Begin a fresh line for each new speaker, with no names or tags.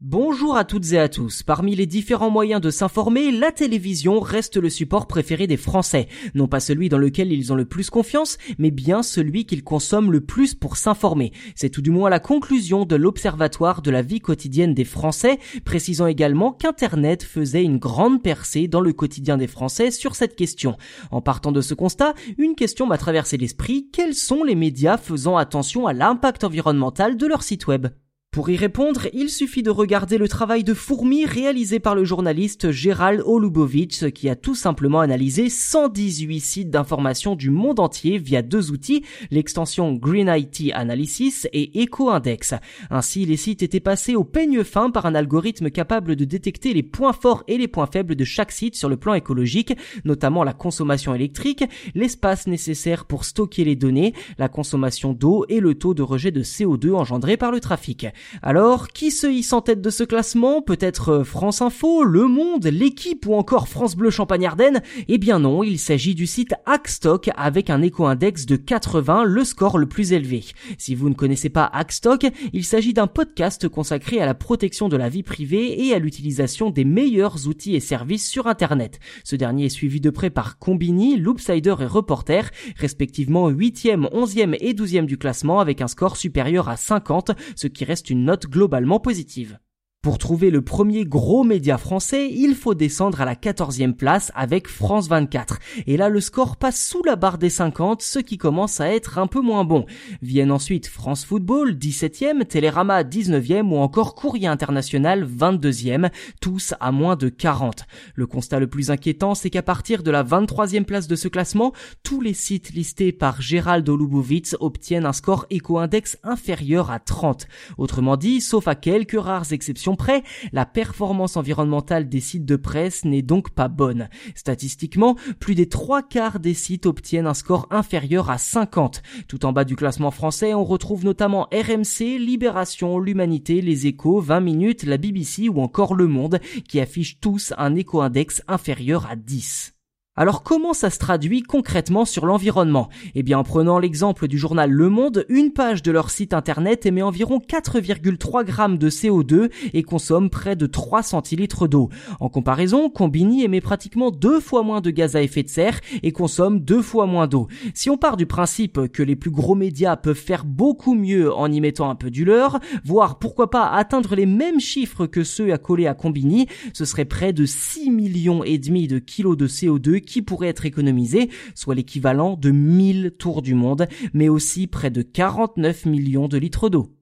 Bonjour à toutes et à tous. Parmi les différents moyens de s'informer, la télévision reste le support préféré des Français. Non pas celui dans lequel ils ont le plus confiance, mais bien celui qu'ils consomment le plus pour s'informer. C'est tout du moins la conclusion de l'Observatoire de la vie quotidienne des Français, précisant également qu'Internet faisait une grande percée dans le quotidien des Français sur cette question. En partant de ce constat, une question m'a traversé l'esprit: quels sont les médias faisant attention à l'impact environnemental de leur site web ? Pour y répondre, il suffit de regarder le travail de fourmi réalisé par le journaliste Gerald Olubowicz, qui a tout simplement analysé 118 sites d'information du monde entier via deux outils, l'extension Green IT Analysis et EcoIndex. Ainsi, les sites étaient passés au peigne fin par un algorithme capable de détecter les points forts et les points faibles de chaque site sur le plan écologique, notamment la consommation électrique, l'espace nécessaire pour stocker les données, la consommation d'eau et le taux de rejet de CO2 engendré par le trafic. Alors, qui se hisse en tête de ce classement ? Peut-être France Info, Le Monde, L'Équipe ou encore France Bleu Champagne-Ardenne ? Eh bien non, il s'agit du site Hackstock avec un éco-index de 80, le score le plus élevé. Si vous ne connaissez pas Hackstock, il s'agit d'un podcast consacré à la protection de la vie privée et à l'utilisation des meilleurs outils et services sur Internet. Ce dernier est suivi de près par Combini, Loopsider et Reporter, respectivement 8e, 11e et 12e du classement avec un score supérieur à 50, ce qui reste une note globalement positive. Pour trouver le premier gros média français, il faut descendre à la 14e place avec France 24. Et là, le score passe sous la barre des 50, ce qui commence à être un peu moins bon. Viennent ensuite France Football, 17e, Télérama, 19e ou encore Courrier International, 22e, tous à moins de 40. Le constat le plus inquiétant, c'est qu'à partir de la 23e place de ce classement, tous les sites listés par Gerald Olubowicz obtiennent un score éco-index inférieur à 30. Autrement dit, sauf à quelques rares exceptions près, la performance environnementale des sites de presse n'est donc pas bonne. Statistiquement, plus des 3/4 des sites obtiennent un score inférieur à 50. Tout en bas du classement français, on retrouve notamment RMC, Libération, L'Humanité, Les Échos, 20 minutes, la BBC ou encore Le Monde, qui affichent tous un éco-index inférieur à 10. Alors comment ça se traduit concrètement sur l'environnement ? Eh bien en prenant l'exemple du journal Le Monde, une page de leur site internet émet environ 4,3 grammes de CO2 et consomme près de 3 centilitres d'eau. En comparaison, Combini émet pratiquement 2 fois moins de gaz à effet de serre et consomme 2 fois moins d'eau. Si on part du principe que les plus gros médias peuvent faire beaucoup mieux en y mettant un peu du leur, voire pourquoi pas atteindre les mêmes chiffres que ceux accolés à Combini, ce serait près de 6,5 millions de kilos de CO2 qui pourrait être économisé, soit l'équivalent de 1000 tours du monde, mais aussi près de 49 millions de litres d'eau.